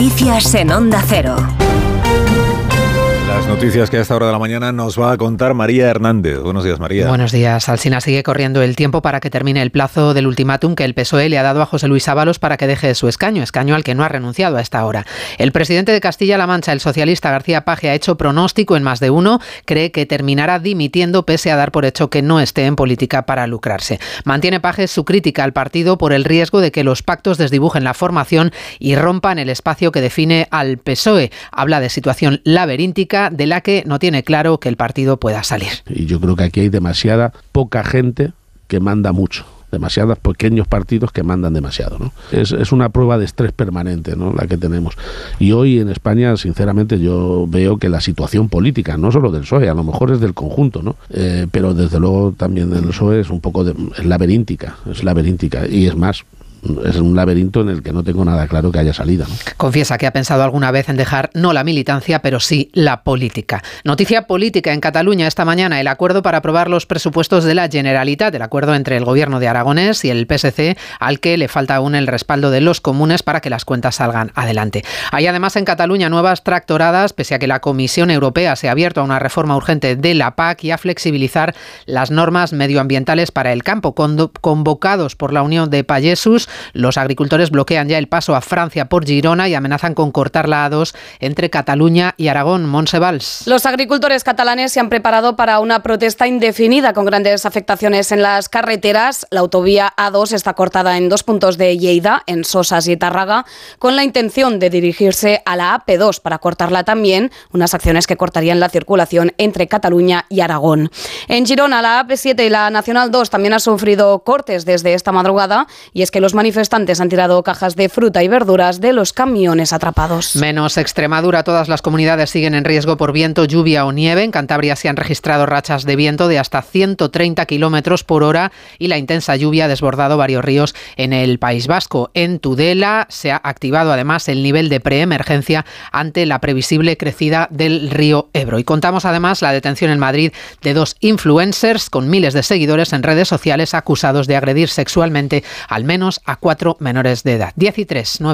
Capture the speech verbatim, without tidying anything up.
Noticias en Onda Cero. Las noticias que a esta hora de la mañana nos va a contar María Hernández. Buenos días, María. Buenos días. Alsina, sigue corriendo el tiempo para que termine el plazo del ultimátum que el P S O E le ha dado a José Luis Ábalos para que deje su escaño, escaño al que no ha renunciado a esta hora. El presidente de Castilla-La Mancha, el socialista García Paje, ha hecho pronóstico en más de uno. Cree que terminará dimitiendo pese a dar por hecho que no esté en política para lucrarse. Mantiene Paje su crítica al partido por el riesgo de que los pactos desdibujen la formación y rompan el espacio que define al P S O E. Habla de situación laberíntica de la que no tiene claro que el partido pueda salir. Y yo creo que aquí hay demasiada poca gente que manda mucho. Demasiados pequeños partidos que mandan demasiado, ¿no? Es, es una prueba de estrés permanente, ¿no?, la que tenemos. Y hoy en España, sinceramente, yo veo que la situación política, no solo del P S O E, a lo mejor es del conjunto, ¿no? Eh, pero desde luego también del P S O E es un poco de, es laberíntica, es laberíntica. Y es más, es un laberinto en el que no tengo nada claro que haya salida, ¿no? Confiesa que ha pensado alguna vez en dejar no la militancia, pero sí la política. Noticia política en Cataluña esta mañana: el acuerdo para aprobar los presupuestos de la Generalitat, el acuerdo entre el gobierno de Aragonés y el P S C, al que le falta aún el respaldo de los comunes para que las cuentas salgan adelante. Hay además en Cataluña nuevas tractoradas, pese a que la Comisión Europea se ha abierto a una reforma urgente de la P A C y a flexibilizar las normas medioambientales para el campo. Convocados por la Unión de Pagesos, los agricultores bloquean ya el paso a Francia por Girona y amenazan con cortar la A dos entre Cataluña y Aragón. Montse Valls. Los agricultores catalanes se han preparado para una protesta indefinida con grandes afectaciones en las carreteras. La autovía A dos está cortada en dos puntos de Lleida, en Sosas y Tárraga, con la intención de dirigirse a la A P dos para cortarla también, unas acciones que cortarían la circulación entre Cataluña y Aragón. En Girona, la A P siete y la Nacional dos también han sufrido cortes desde esta madrugada, y es que los manifestantes han tirado cajas de fruta y verduras de los camiones atrapados. Menos Extremadura, todas las comunidades siguen en riesgo por viento, lluvia o nieve. En Cantabria se han registrado rachas de viento de hasta ciento treinta kilómetros por hora y la intensa lluvia ha desbordado varios ríos en el País Vasco. En Tudela se ha activado además el nivel de preemergencia ante la previsible crecida del río Ebro. Y contamos además la detención en Madrid de dos influencers con miles de seguidores en redes sociales acusados de agredir sexualmente al menos a cuatro menores de edad. diez y tres, nueve.